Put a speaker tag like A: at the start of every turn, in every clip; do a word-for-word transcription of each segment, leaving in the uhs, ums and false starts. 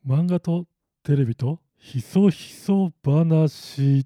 A: 漫画とテレビとひそひそ話。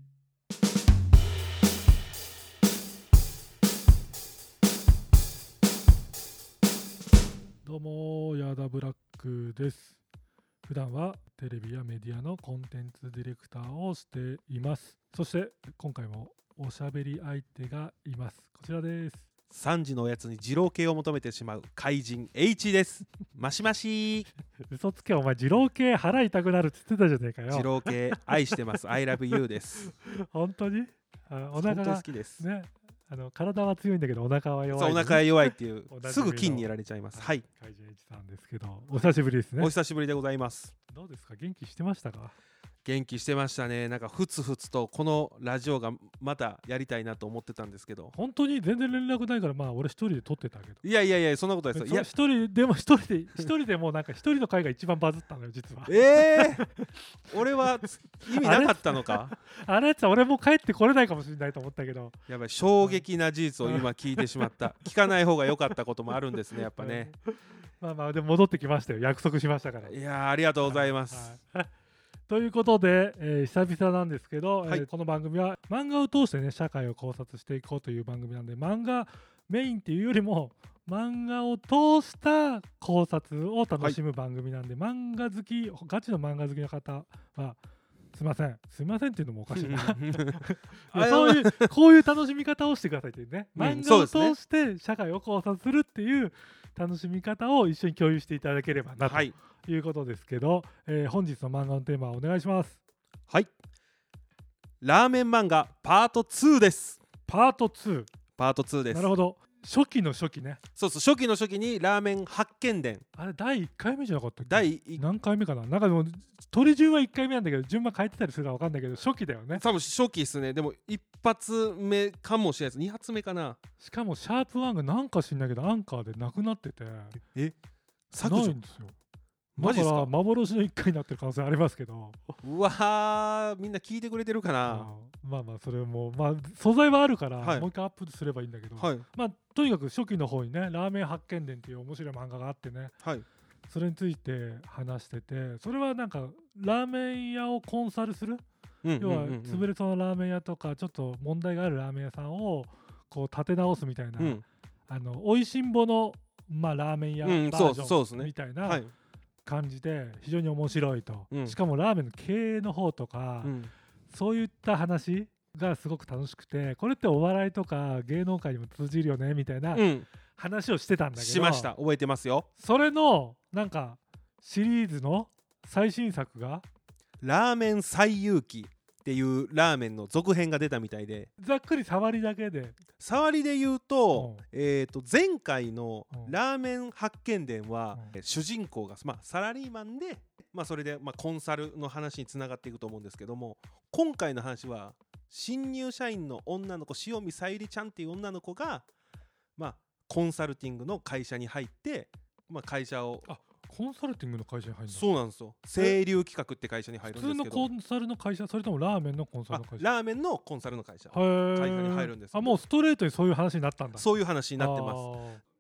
A: どうもヤダブラックです。普段はテレビやメディアのコンテンツディレクターをしています。そして今回もおしゃべり相手がいます。こちらです。
B: さんじのおやつに二郎系を求めてしまう怪人 H です。マシマシ
A: 嘘つけ、お前二郎系腹痛くなるって言ってたじゃねえかよ。
B: 二郎系愛してます。I love you です。
A: 本当にあお腹が
B: 本当に好きです、
A: ね、あの体は強いんだけどお腹は弱い、ね、
B: そうお腹が弱いっていうすぐ金にやられちゃいます。はい、
A: 怪人 H さんですけど、お久しぶりですね。
B: お久しぶりでございます。
A: どうですか、元気してましたか？
B: 元気してましたね。なんかふつふつとこのラジオがまたやりたいなと思ってたんですけど、
A: 本当に全然連絡ないから、まあ俺一人で撮ってたけど、
B: いやいやいやそんなことないですよ。いや
A: 一人でも一人で一人でもうなんか一人の回が一番バズったのよ実は。
B: えー、俺は意味なかったのか
A: あれって俺もう帰ってこれないかもしれないと思ったけど、
B: やばい、衝撃な事実を今聞いてしまった。聞かない方が良かったこともあるんですね、やっぱね。
A: まあまあでも戻ってきましたよ、約束しましたから。
B: いやありがとうございます、
A: はいはいということで、えー、久々なんですけど、
B: はい
A: えー、この番組は漫画を通してね社会を考察していこうという番組なんで、漫画メインっていうよりも漫画を通した考察を楽しむ番組なんで、はい、漫画好きガチの漫画好きの方はすいませんすいませんっていうのもおかしいなそういうこういう楽しみ方をしてくださいっていうね、漫画を通して社会を考察するっていう楽しみ方を一緒に共有していただければなと、はいいうことですけど、えー、本日の漫画のテーマをお願いします。
B: はい、ラーメン漫画パートツーです。
A: パートツー
B: パートツーです。
A: なるほど、初期の初期ね。
B: そうそう、初期の初期にラーメン発見伝、
A: あれだいいっかいめじゃなかったっけ？
B: 第
A: 何回目かな。なんかでも取り順はいっかいめなんだけど順番変えてたりするか分かんないけど初期だよね。
B: 多分初期ですね。でも一発目かもしれないです。二発目かな。
A: しかもシャープワンがなんか知んないけどアンカーでなくなってて、
B: え削除
A: ないんですよ。だから幻のいっかいになってる可能性ありますけど、
B: うわー、みんな聞いてくれてるかな。
A: まあまあそれもまあ素材はあるから、
B: はい、
A: もう一回アップすればいいんだけど、
B: はい、
A: まあとにかく初期の方にねラーメン発見伝っていう面白い漫画があってね、
B: はい、
A: それについて話してて、それはなんかラーメン屋をコンサルする、
B: うんうんうんうん、
A: 要は潰れそうなラーメン屋とかちょっと問題があるラーメン屋さんをこう立て直すみたいな、うん、あのおいしんぼの、まあ、ラーメン屋バージョンみたいな感じで非常に面白いと、うん、しかもラーメンの経営の方とか、うん、そういった話がすごく楽しくて、これってお笑いとか芸能界にも通じるよねみたいな話をしてたんだけど、
B: しました。覚えてますよ。
A: それのなんかシリーズの最新作が
B: ラーメン最遊記っていうラーメンの続編が出たみたいで、
A: ざっくり触りだけで
B: 触りで言うと、うん、えーと前回のラーメン発見伝は、うん、主人公が、まあ、サラリーマンで、まあ、それで、まあ、コンサルの話につながっていくと思うんですけども、今回の話は新入社員の女の子塩見さゆりちゃんっていう女の子が、まあ、コンサルティングの会社に入って、まあ、会社を
A: あコンサルティングの会社に入るんだ。
B: そうなんですよ。清流企画って会社に入るんですけど、
A: 普通のコンサルの会社、それともラーメンのコンサルの会社？
B: ラーメンのコンサルの会社会社に入るんです。
A: あ、もうストレートにそういう話になったんだ。
B: そういう話になってます。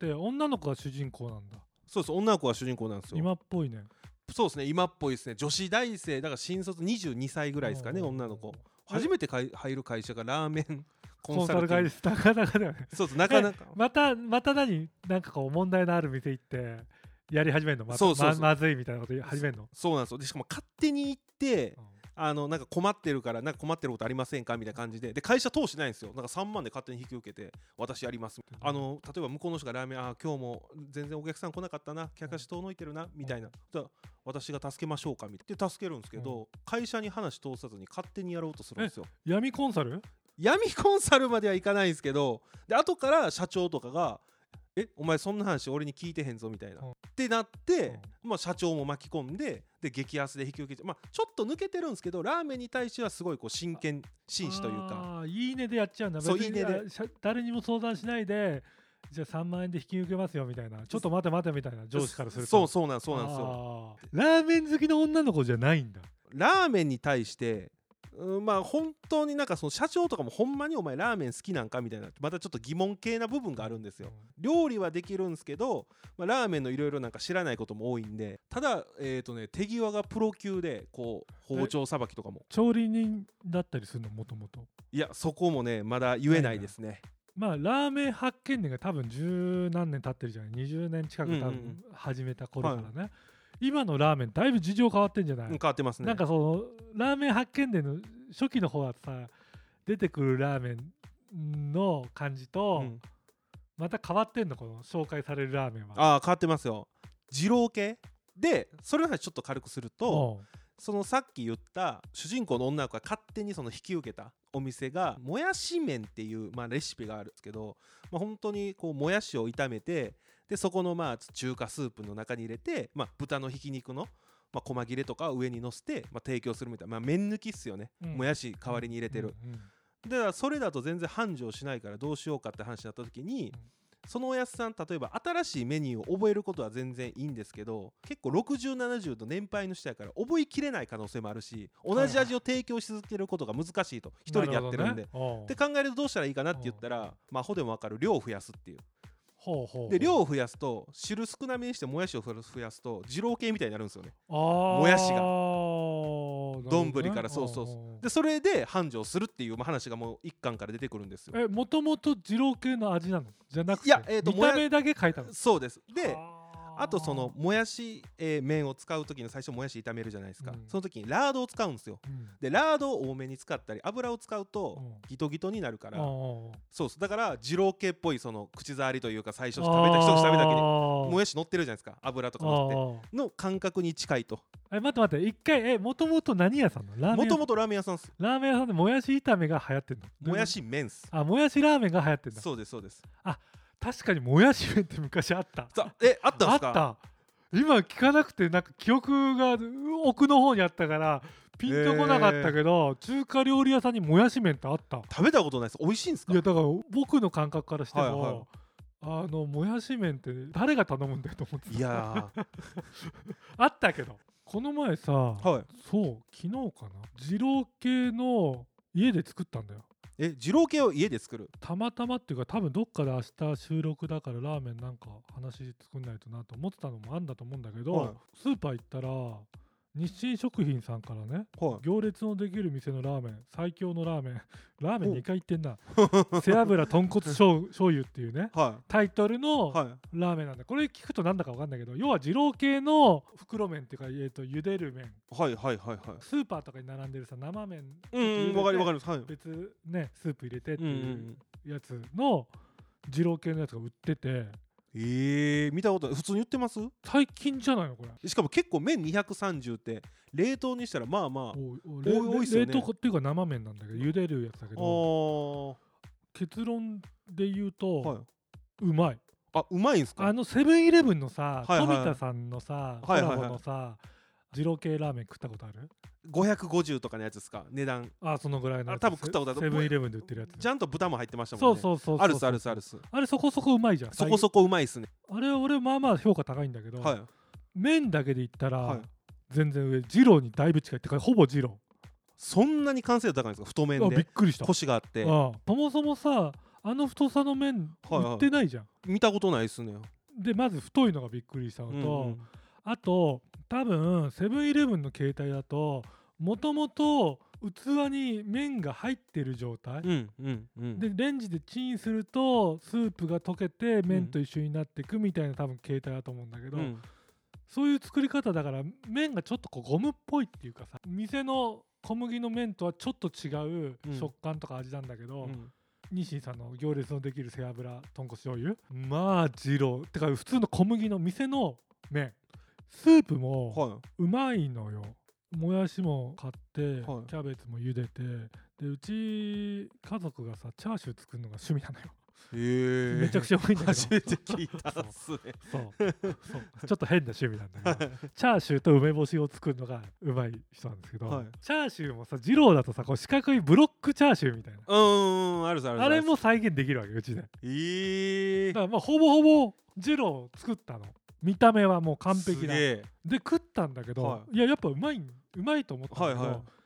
A: で女の子が主人公なんだ。
B: そうそう、女の子が主人公なんですよ。
A: 今っぽいね。
B: そうですね、今っぽいですね。女子大生だから新卒にじゅうにさいぐらいですかね、女の子。初めて入る会社がラーメンコンサルティング。
A: なかなかだよね。
B: そうそう、なかなか。
A: またまた何なんかこう問題のある店行ってやり始めるの、また
B: そうそうそう、
A: ま、まずいみたいなこと始めるの。
B: そうなんですよ。でしかも勝手に行って、うん、あのなんか困ってるからなんか困ってることありませんかみたいな感じで、で会社通してないんですよ。なんかさんまんで勝手に引き受けて私やります、うん、あの例えば向こうの人がラーメン、あ今日も全然お客さん来なかったな、客足遠のいてるなみたいな、じゃあ私が助けましょうかみたいなで助けるんですけど、うん、会社に話通さずに勝手にやろうとするんですよ。
A: 闇コンサル？
B: 闇コンサルまではいかないんですけど、で後から社長とかがえお前そんな話俺に聞いてへんぞみたいな、うん、ってなって、うん、まあ、社長も巻き込んでで激安で引き受けて、まあ、ちょっと抜けてるんですけどラーメンに対してはすごいこう真剣紳士というか、
A: あいいねでやっちゃうんだ。
B: そういいねで
A: 誰にも相談しないでじゃあさんまんえんで引き受けますよみたいな、ちょっと待て待てみたいな上司からすると、
B: そうそうなんそうなんですよ。
A: ラーメン好きの女の子じゃないんだ。
B: ラーメンに対してうん、まあ本当になんかその社長とかもほんまにお前ラーメン好きなんかみたいなまたちょっと疑問系な部分があるんですよ。料理はできるんですけど、まあ、ラーメンのいろいろなんか知らないことも多いんで、ただえっとね手際がプロ級でこう包丁さばきとかも
A: 調理人だったりするのもともと。
B: いやそこもねまだ言えないですね。
A: まあラーメン発見年が多分十何年経ってるじゃない、にじゅうねん近く多分始めた頃からね、うんうんはい、今のラーメンだいぶ事情変わってんじゃない、
B: うん、変わってますね。
A: なんかそのラーメン発見年の初期の方はさ出てくるラーメンの感じと、うん、また変わってんのこの紹介されるラーメンは。
B: ああ変わってますよ。二郎系でそれの話ちょっと軽くすると、そのさっき言った主人公の女の子が勝手にその引き受けたお店がもやし麺っていう、まあ、レシピがあるんですけど、まあ、本当にこうもやしを炒めてでそこのまあ中華スープの中に入れて、まあ、豚のひき肉のまあ細切れとかを上に乗せてまあ提供するみたいな、まあ、麺抜きっすよね、うん、もやし代わりに入れてる、うんうんうん、だからそれだと全然繁盛しないからどうしようかって話になった時に、うんそのおやつさん例えば新しいメニューを覚えることは全然いいんですけど結構ろくじゅう、ななじゅうの年配の人やから覚えきれない可能性もあるし同じ味を提供し続けることが難しいと一人でやってるんで、ね、って考えるとどうしたらいいかなって言ったらまあほでも分かる量を増やすっていうほうほうほうで量を増やすと汁少なめにしてもやしを増やすと二郎系みたいになるんですよね。もやしが丼からそうそうそうでそれで繁盛するっていう話がもう一巻から出てくるんですよ。
A: えもともと二郎系の味なのじゃなくて
B: いや、えー、と
A: 見た目だけ書いたの。
B: そうです。であとそのもやし、えー、麺を使う時の最初もやし炒めるじゃないですか、うん、その時にラードを使うんですよ、うん、でラードを多めに使ったり油を使うとギトギトになるから、うん、そうそうだから二郎系っぽいその口触りというか最初食べた一口食べた時にもやし乗ってるじゃないですか油とか乗っての感覚に近いと。
A: え待って待って一回えもともと何屋さんのラーメン
B: もともとラーメン屋さんっす。
A: ラーメン屋さんでもやし炒めが流行ってんの。
B: もやし麺っす。
A: あもやしラーメンが流行ってんだ。
B: そうですそうです。
A: あ確かにもやし麺って昔あった。
B: えあったんですか。
A: あった今聞かなくてなんか記憶が奥の方にあったからピンとこなかったけど、えー、中華料理屋さんにもやし麺ってあった。
B: 食べたことないです。美味しいんですか。
A: いやだから僕の感覚からしても、はいはい、あのもやし麺って誰が頼むんだよと思ってた。
B: いや
A: あったけどこの前さ、はい、そう昨日かな二郎系の家で作ったんだよ。
B: え二郎系を家で作る。
A: たまたまっていうか多分どっかで明日収録だからラーメンなんか話作んないとなと思ってたのもあんだと思うんだけど、はい、スーパー行ったら日清食品さんからね、はい、行列のできる店のラーメン最強のラーメンラーメンにかい言ってんな背脂豚骨醤油っていうね、はい、タイトルのラーメンなんだ。これ聞くとなんだか分かんないけど要は二郎系の袋麺っていうか、えー、と茹でる麺、
B: はいはいはいはい、
A: スーパーとかに並んでるさ生麺
B: うん分かり分かります、はい、
A: 別ねスープ入れてっていうやつの二郎系のやつが売ってて
B: えー、見たことない。普通に言ってます？
A: 最近じゃないのこれ。
B: しかも結構麺にひゃくさんじゅうって冷凍にしたらまあまあ多いっすよね。
A: 冷凍っていうか生麺なんだけど茹でるやつだけど結論で言うと、はい、うまい。
B: あうまいんすか。あ
A: のセブンイレブンのさ、はいはい、富田さんのさコラボのさ、はいはいはい、二郎系ラーメン食ったことある？
B: ごひゃくごじゅうとかのやつですか値段。
A: あそのぐらいのやつ。
B: 多分食ったことある。
A: セブンイレブンで売ってるやつ。
B: ちゃんと豚も入ってましたもんね。
A: そうそうそうそう。
B: あるすあるすあるす。
A: あれそこそこうまいじゃん。
B: そこそこうまいっすね。
A: あれ俺まあまあ評価高いんだけど、はい、麺だけで言ったら、はい、全然上二郎にだいぶ近いってかほぼ二郎。
B: そんなに完成度高いんですか。太麺で。あ
A: びっくりした。
B: コシがあって。
A: ああそもそもさあの太さの麺売ってないじゃん、
B: はいはい、見たことないっすね。
A: でまず太いのがびっくりしたのと、うんうん、あと多分セブンイレブンの携帯だともともと器に麺が入ってる状態、うんうんうん、でレンジでチンするとスープが溶けて麺と一緒になっていくみたいな多分携帯だと思うんだけど、うん、そういう作り方だから麺がちょっとこうゴムっぽいっていうかさ店の小麦の麺とはちょっと違う食感とか味なんだけど、うんうん日清さんの行列のできる背脂豚骨醤油まあ二郎てか普通の小麦の店の麺スープもうまいのよ、はい、もやしも買って、はい、キャベツも茹でてでうち家族がさチャーシュー作るのが趣味なのよ。へーめちゃくちゃ多いんだけど
B: 初めて聞いたっすね。
A: そうそうそうちょっと変な趣味なんだけどチャーシューと梅干しを作るのがうまい人なんですけど、はい、チャーシューもさ二郎だとさこう四角いブロックチャーシューみたいな
B: うんあるあるあ
A: れも再現できるわけうちで。
B: えー、
A: だからまあほぼほぼ二郎作ったの見た目はもう完璧だで食ったんだけど、はい、いややっぱうまいうまいと思ったんだけど、はいはい、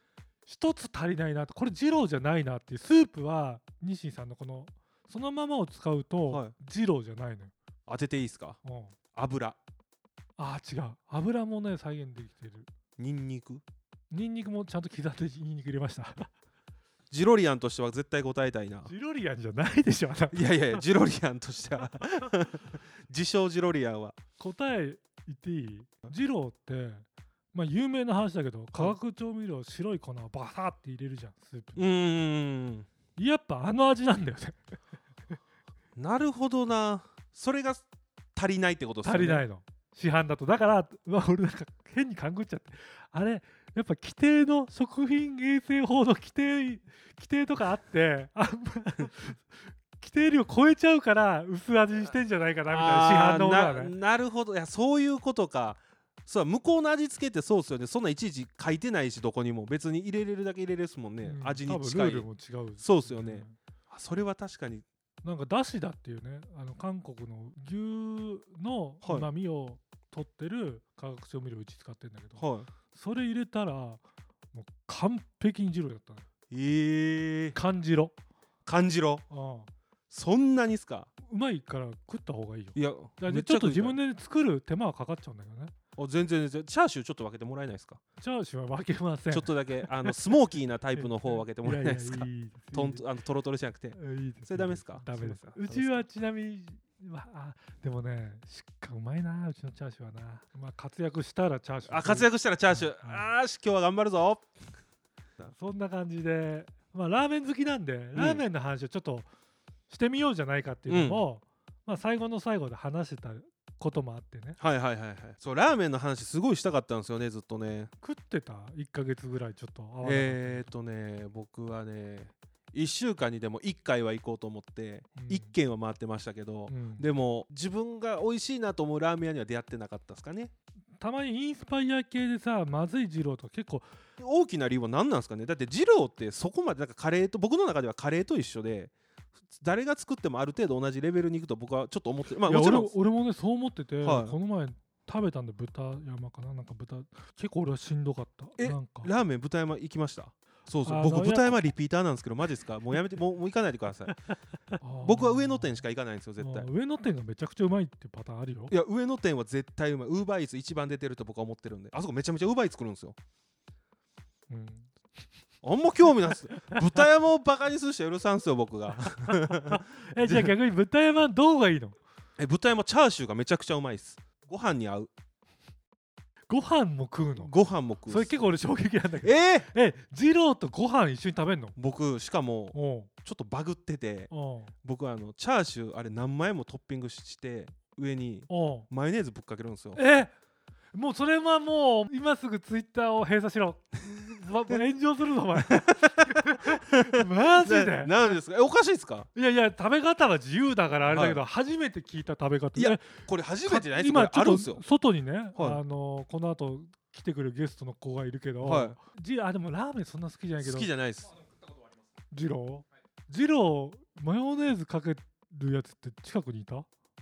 A: 一つ足りないなと、これ二郎じゃないなっていう。スープは日清さんのこのそのままを使うと、
B: はい
A: 二郎じゃないのよ。
B: 当てていいですか？
A: うん、
B: 油、
A: あー違う、油もね再現できてる。
B: ニンニク。
A: ニンニクもちゃんと刻んでニンニク入れました。
B: ジロリアンとしては絶対答えたいな。
A: ジロリアンじゃないでしょあなた。
B: いやいやいや、ジロリアンとしては自称ジロリアンは
A: 答え言っていい？二郎ってまあ有名な話だけど、化学調味料白い粉をバサって入れるじゃんスープ。
B: うーん、
A: やっぱあの味なんだよね。
B: なるほどな。それが足りないってことですよね。
A: 足りないの市販だと。だから、まあ、俺なんか変に勘ぐっちゃって、あれやっぱ規定の食品衛生法の規定規定とかあってあんま規定量超えちゃうから薄味にしてんじゃないかなみたいな、市販のものはね。
B: な, なるほど。いや、そういうことか。そう、向こうの味付けってそうですよね。そんないちいち書いてないし、どこにも別に入れれるだけ入れれるですもんね、
A: うん、
B: 味に近い。
A: 多分ルールも違う。
B: そうですよね、あ、それは確かに。
A: なんかだしだっていうね、あの韓国の牛のうまみを取ってる化学調味料をうち使ってるんだけど、
B: はい、
A: それ入れたらもう完璧に二郎だったの。
B: えー、
A: 感じろ
B: 感じろ。
A: ああ、
B: そんなにっすか？
A: うまいから食った方がいいよ。
B: いや、
A: だからちょっと自分で作る手間はかかっちゃうんだけどね。
B: あ、全然全然。チャーシューちょっと分けてもらえないですか？
A: チャーシューは分けません。
B: ちょっとだけあのスモーキーなタイプの方を分けてもらえないですか？
A: いやいやいいです
B: トントあのトロトロじゃなくて。
A: いいです。
B: それダメですか？
A: ダメです。
B: そう
A: うちはちなみに、まあ、あでもね、しっかりうまいな、うちのチャーシューはな。まあ、活躍したらチャーシュー。
B: あ、活躍したらチャーシュー。
A: うん
B: あーし、今日は頑張るぞ。
A: そんな感じで、まあ、ラーメン好きなんで、ラーメンの話をちょっとしてみようじゃないかっていうのも、まあ、最後の最後で話してたこともあってね。
B: はいはいはいはい。そう、ラーメンの話すごいしたかったんですよね、ずっとね。
A: 食ってたいっかげつぐらいちょっと合わなかった。
B: えーとね、僕はね、いっしゅうかんにでもいっかいは行こうと思って
A: うん
B: いっけんは回ってましたけど、
A: うん
B: でも自分が美味しいなと思うラーメン屋には出会ってなかったですかね。
A: たまにインスパイア系でさ、まずい二郎とか結構
B: 大きな理由は何なんですかね。だって二郎ってそこまでなんかカレーと、僕の中ではカレーと一緒で、誰が作ってもある程度同じレベルに行くと僕はちょっと思ってる。まあ
A: いや
B: もちろん
A: 俺俺もねそう思ってて、
B: はい
A: この前食べたんで、豚山かな、なんか豚結構俺はしんどかった。
B: え
A: なんか
B: ラーメン豚山行きました。そうそう、
A: あの
B: 僕豚山リピーターなんですけど、マジですか？もうやめて、もうもう行かないでください。僕は上野店しか行かないんですよ、絶対。
A: あー上野店がめちゃくちゃうまいってパターンあるよ。
B: いや、上野店は絶対うまい。ウーバーイーツ一番出てると僕は思ってるんで、あそこめちゃめちゃウーバーイーツ作るんですよ。
A: うん
B: あんま興味ないっす。豚山をバカにする人許さんすよ、僕が。
A: えじゃあ逆に豚山どうがいいの？
B: え、豚山チャーシューがめちゃくちゃうまいっす。ご飯に合う。
A: ご飯も食うの？
B: ご飯も食うっす。
A: それ結構俺衝撃なんだけど。
B: えー、
A: え二郎とご飯一緒に食べんの？
B: 僕しかも
A: おう
B: ちょっとバグってて、
A: おう
B: 僕あのチャーシューあれ何枚もトッピングして上に
A: おう
B: マヨネーズぶっかけるんですよ。
A: えもうそれはもう今すぐツイッターを閉鎖しろ。ま炎上するぞお前。マジで
B: ななんですか？え、おかしいですか？
A: いやいや食べ方は自由だからあれだけど、
B: は
A: 初めて聞いた食べ方。
B: いや
A: え
B: これ初めてじゃないですか？
A: 今ちょっと
B: これあるんですよ。
A: 外にね、
B: はい
A: あのこの後来てくるゲストの子がいるけど、
B: はい
A: じあでもラーメンそんな好きじゃないけど、
B: 好きじゃないです。
A: 二郎二郎マヨネーズかけるやつって近くにいた？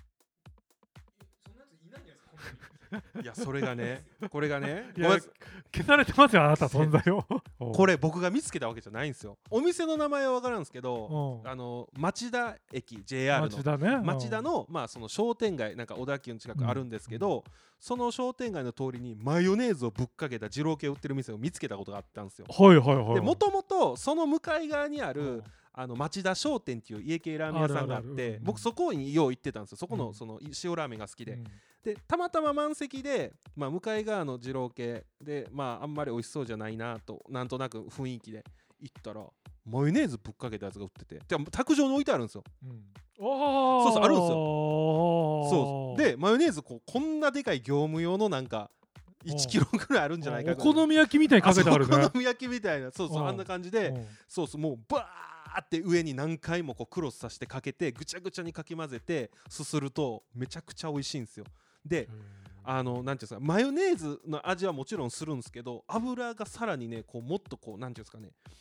B: いや、それがね、これがね、
A: いや
B: ごめんなさい。
A: 消されてますよあなた存在を。
B: これ僕が見つけたわけじゃないんですよ。お店の名前は分かるんですけど、
A: うん
B: あの町田駅 ジェイアール の
A: 町田ね、
B: 町田の、まあ、その商店街なんか小田急の近くあるんですけど、その商店街の通りにマヨネーズをぶっかけた二郎系売ってる店を見つけたことがあったんですよ。
A: はいはいはい。
B: でもともとその向かい側にある、
A: うん
B: あの町田商店っていう家系ラーメン屋さんがあっ
A: あるあるあるうん
B: て、僕そこによう行ってたんですよ。そこ
A: うん
B: のその塩ラーメンが好きで、
A: うん
B: でたまたま満席で、まあ、向かい側の二郎系で、まあ、あんまり美味しそうじゃないなとなんとなく雰囲気で行ったらマヨネーズぶっかけたやつが売ってて、で卓上に置いてあるんですよ。
A: うんおー
B: そうそうあるんですよ。
A: そ
B: そうでマヨネーズこうこんなでかい業務用のなんかいちキロぐらいあるんじゃないか
A: お
B: ぐらい
A: 好み焼きみたいにかけてあるね。
B: そうお好み焼きみたいな、そうそう
A: うん
B: あんな感じで、
A: うん
B: そうそうもうバーって上に何回もこうクロスさせてかけてぐちゃぐちゃにかき混ぜてすするとめちゃくちゃ美味しいんですよ。であのなんていうんですか、マヨネーズの味はもちろんするんですけど、油がさらにねこうもっとこうなんていうんですかね、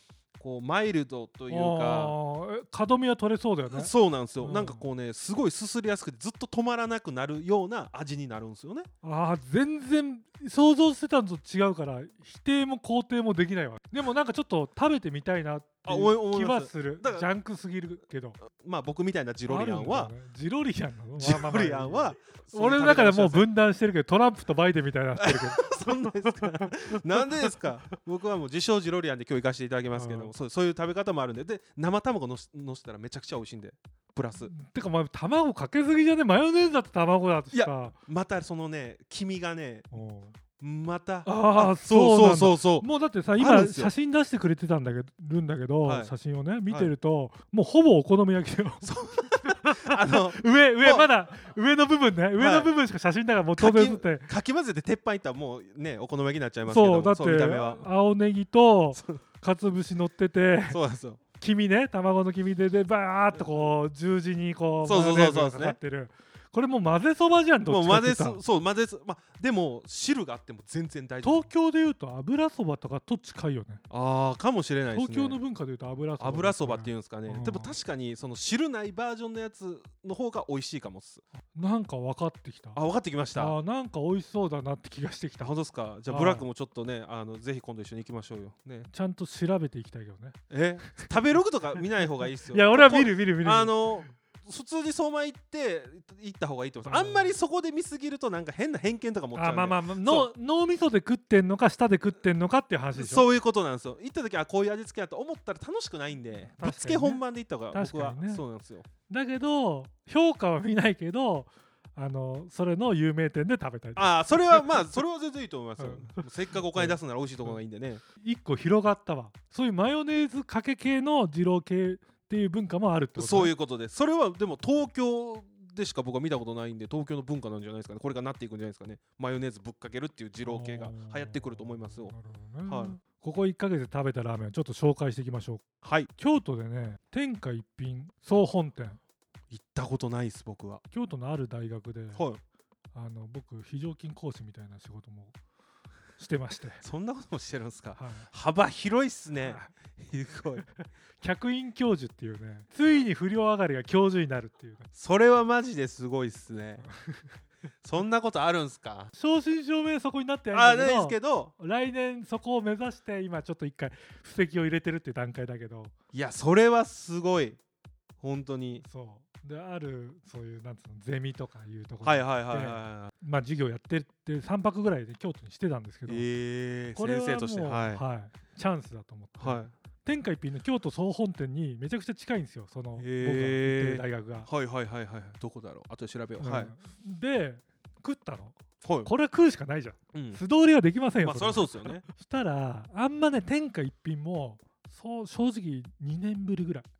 B: こうマイルドというか
A: 角味は取れそうだよね。
B: そうなんですよ、
A: うん、
B: なんかこうねすごいすすりやすくてずっと止まらなくなるような味になるんですよね。
A: あー全然想像してたのと違うから否定も肯定もできないわ。でもなんかちょっと食べてみたいなっていう気はする。ジャンクすぎるけど、
B: まあ僕みたいなジロリアンは、
A: ね、ジロリアンなの
B: ジロリアンは
A: 俺の中でもう分断してるけどトランプとバイデンみたいになってるけど
B: そんなですかなんでですか僕はもう自称ジロリアンで今日行かせていただきますけども、そう、そういう食べ方もあるんで、で生卵ののせたらめちゃくちゃ美味しいんでプラス
A: てかまあ卵かけすぎじゃね。マヨネーズだって卵だとし
B: いや
A: か
B: またそのね黄身がねまた
A: ああ
B: そうそうそうそう
A: もうだってさ今写真出してくれてたんだけどるんだけど、はい、写真をね見てると、はい、もうほぼお好み焼きだよあの上上まだ上の部分ね上の部分しか写真だからもう当然って
B: かき混ぜて鉄板いったらもうねお好み焼きになっちゃいますけど、
A: そうだって青ネギとかつぶし乗ってて
B: そうですよ
A: 黄身ね卵の黄身ででバーっとこう十字にこう
B: そうそうそうそう
A: かかってる。これもう混ぜそばじゃん。どっちかって言ったら
B: もう混ぜそう混ぜそまあでも汁があっても全然大丈夫。
A: 東京でいうと油そばとかと近いよね。
B: ああかもしれないですね。
A: 東京の文化でいうと油そば、ね、
B: 油そばっていうんですかね。でも確かにその汁ないバージョンのやつの方が美味しいかもっす。
A: なんか分かってきた。
B: あ分かってきました。
A: あなんか美味しそうだなって気がしてきた。
B: 本当ですか。じゃあブラックもちょっとねあのぜひ今度一緒に行きましょうよ、ね、
A: ちゃんと調べていきたいけどね。
B: え食べログとか見ない方がいいっすよ
A: いや俺は見る見る見る。
B: あの普通に相馬行って行った方がいいと思います。あんまりそこで見すぎるとなんか変な偏見とか持っちゃうんで。
A: あまあまあの脳みそで食ってんのか舌で食ってんのかっていう話でしょ。
B: そういうことなんですよ。行った時はこういう味付けだと思ったら楽しくないんで、ね、ぶっつけ本番で行った方が僕は、ね、そうなんですよ。
A: だけど評価は見ないけどあのそれの有名店で食べたい。
B: ああそれはまあそれは全然いいと思いますよ、うん、せっかくお金出すなら美味しいところがいいんでね。
A: 一個広がったわ。そういうマヨネーズかけ系の二郎系っていう文化もあるってこと、ね、
B: そういうことです。それはでも東京でしか僕は見たことないんで東京の文化なんじゃないですかね。これがなっていくんじゃないですかね。マヨネーズぶっかけるっていう二郎系が流行ってくると思いますよ。
A: なるほどね、はい、ここいっかげつで食べたラーメンをちょっと紹介していきましょう。
B: はい。
A: 京都でね天下一品総本店
B: 行ったことないです僕は。
A: 京都のある大学で、はい、あの僕非常勤講師みたいな仕事もしてまして
B: そんなこともしてるんですか、
A: はい、
B: 幅広いっすね、すごい
A: 客員教授っていうねついに不良上がりが教授になるっていう、ね、
B: それはマジですごいっすねそんなことあるんすか。
A: 正真正銘そこになってないんだけど、
B: あないですけど
A: 来年そこを目指して今ちょっと一回布石を入れてるっていう段階だけど、
B: いやそれはすごい本当に。
A: そうであるそういうなんつうのゼミとかいうところ
B: はいはいはいはい、はい、
A: まあ授業やってってさんぱくぐらいで京都にしてたんですけど、
B: えー、
A: これはもう
B: 先生として、はい
A: はい、チャンスだと思って、
B: はい、
A: 天下一品の京都総本店にめちゃくちゃ近いんですよ。その僕が行ってる大学が。
B: はいはいはいはい。どこだろう後で調べよう、うん、はい。
A: で食ったの、
B: はい、
A: これは食うしかないじゃん、うん、素通りはできませんよ。
B: まあそりゃそうですよね。
A: そしたらあんまね天下一品もそう正直にねんぶりぐらい。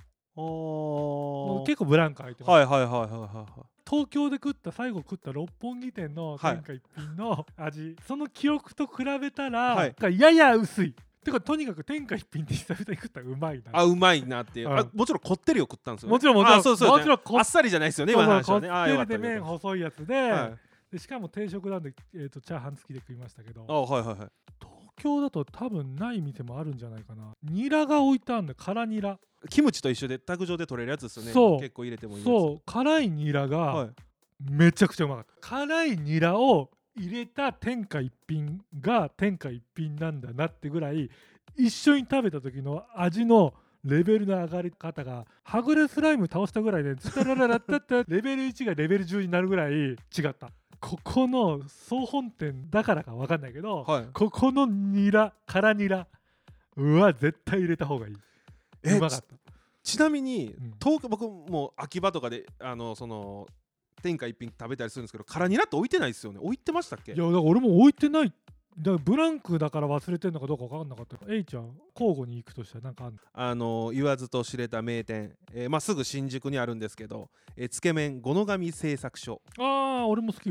A: 結構ブランク空いてます。はいはいはいはいはい。東京で食った最後食った六本木店の天下一品の味、はい、その記憶と比べたら、はい、やや薄い。てかとにかく天下一品って久々に食ったらうまいな。
B: あうまいなっていう、うん、あもちろんこってりを食ったんですよ、ね、
A: もちろんもちろん
B: そうそう、ね、もちろんあっさりじゃないですよね。今の話はね。
A: こってりで麺細いやつで、はい、でしかも定食なんで、えーと、チャーハン付きで食いましたけど、
B: あはいはいはい。
A: 東京だと多分ない店もあるんじゃないかな。ニラが置いてあるんだよ。辛ニラ
B: キムチと一緒で卓上で取れるやつですよね。そう結構入れてもいいやつ。
A: そう辛いニラがめちゃくちゃうまかった、はい、辛いニラを入れた天下一品が天下一品なんだなってぐらい一緒に食べた時の味のレベルの上がり方がはぐれスライム倒したぐらいでツタラララッタッタレベルいちがレベルじゅうになるぐらい違った。ここの総本店だからか分かんないけど、はい、ここのニラ辛ニラうわ絶対入れた方がいい。うまかった。
B: ち, ちなみに、うん、東京僕も秋葉とかであのその天下一品食べたりするんですけど辛ニラって置いてないですよね。置いてましたっけ。い
A: やだから俺も置いてない。だからブランクだから忘れてるのかどうか分かんなかった。エイちゃん交互に行くとしたらなんかあんの。
B: あの言わずと知れた名店、えーまあ、すぐ新宿にあるんですけど、えー、つけ麺五ノ神製作所。
A: ああ俺も好きよ。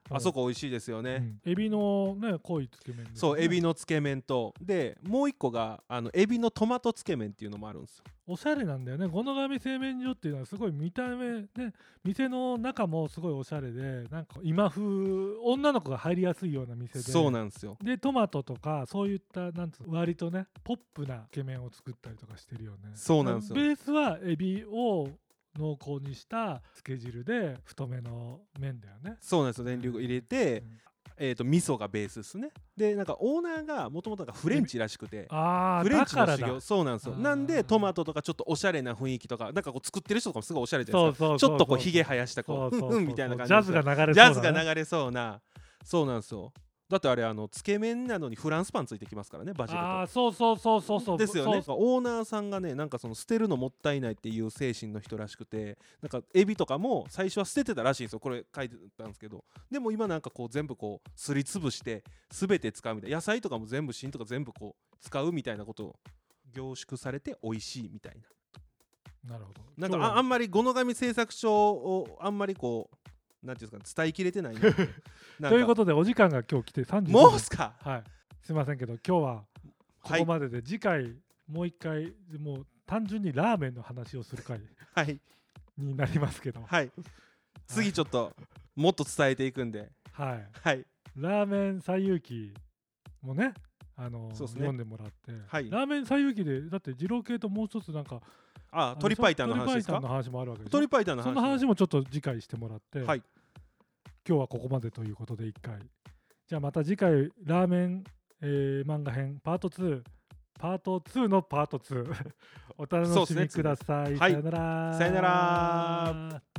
B: あそこ美味しいですよね、
A: うん、エビのね濃いつけ麺ですね。
B: そうエビのつけ麺とでもう一個があのエビのトマトつけ麺っていうのもあるんですよ。
A: おしゃれなんだよね。五ノ神製麺所っていうのはすごい見た目ね、店の中もすごいおしゃれで、なんか今風女の子が入りやすいような店で、
B: そうなんですよ。
A: でトマトとかそういったなんつうの割とねポップなつけ麺を作ったりとかしてるよね。
B: そうなんですよ。
A: ベースはエビを濃厚にしたつけ汁で太めの麺だよね。
B: そうなんですよ。全粒入れて、
A: うん
B: えーと味噌がベースですね。でなんかオーナーがもともとフレンチらしくて、
A: あ
B: フレンチの修
A: だ
B: 行そうなんですよ。
A: あー
B: なんでトマトとかちょっとおしゃれな雰囲気とかなんかこう作ってる人とかもすごいおしゃれじゃないですか。
A: そうそうそうそう
B: ちょっとこうひげ生やしたこう
A: そうそうそう
B: ふんふんみたいな感じ
A: ジャズが流れそうだ、ね、
B: ジャズが流れそうな。そうなんですよ。だってあれあのつけ麺なのにフランスパンついてきますからね、バジルと。
A: ああそうそうそうそうそう
B: ですよね。
A: そう
B: オーナーさんがねなんかその捨てるのもったいないっていう精神の人らしくて、なんかエビとかも最初は捨ててたらしいんですよ。これ書いてたんですけど、でも今なんかこう全部こうすりつぶして全て使うみたいな、野菜とかも全部芯とか全部こう使うみたいなことを凝縮されて美味しいみたいな。
A: なるほど。
B: なんか あ, あんまり五ノ神製作所をあんまりこうなんていうんですか伝えきれてないななんか
A: ということでお時間が今日来てさんじゅう
B: もうすか。
A: はい、すいませんけど今日はここまでで、はい、次回もう一回もう単純にラーメンの話をする回になりますけど、
B: はい、次ちょっともっと伝えていくんで、
A: はい、
B: はい、
A: ラーメン西遊記もねあのーね、読んでもらって、はい、ラーメン西遊記でだって二郎系ともう一つなんか
B: ああ鶏白湯の話ですか。
A: 鶏白湯の話もあるわけで
B: しょ。鶏白湯の話、
A: その話もちょっと次回してもらって、
B: はい、
A: 今日はここまでということでいっかい。じゃあまた次回ラーメン、えー、漫画編パートツーパートツーのパートツーお楽しみください。
B: はい、
A: さよなら。
B: さよなら。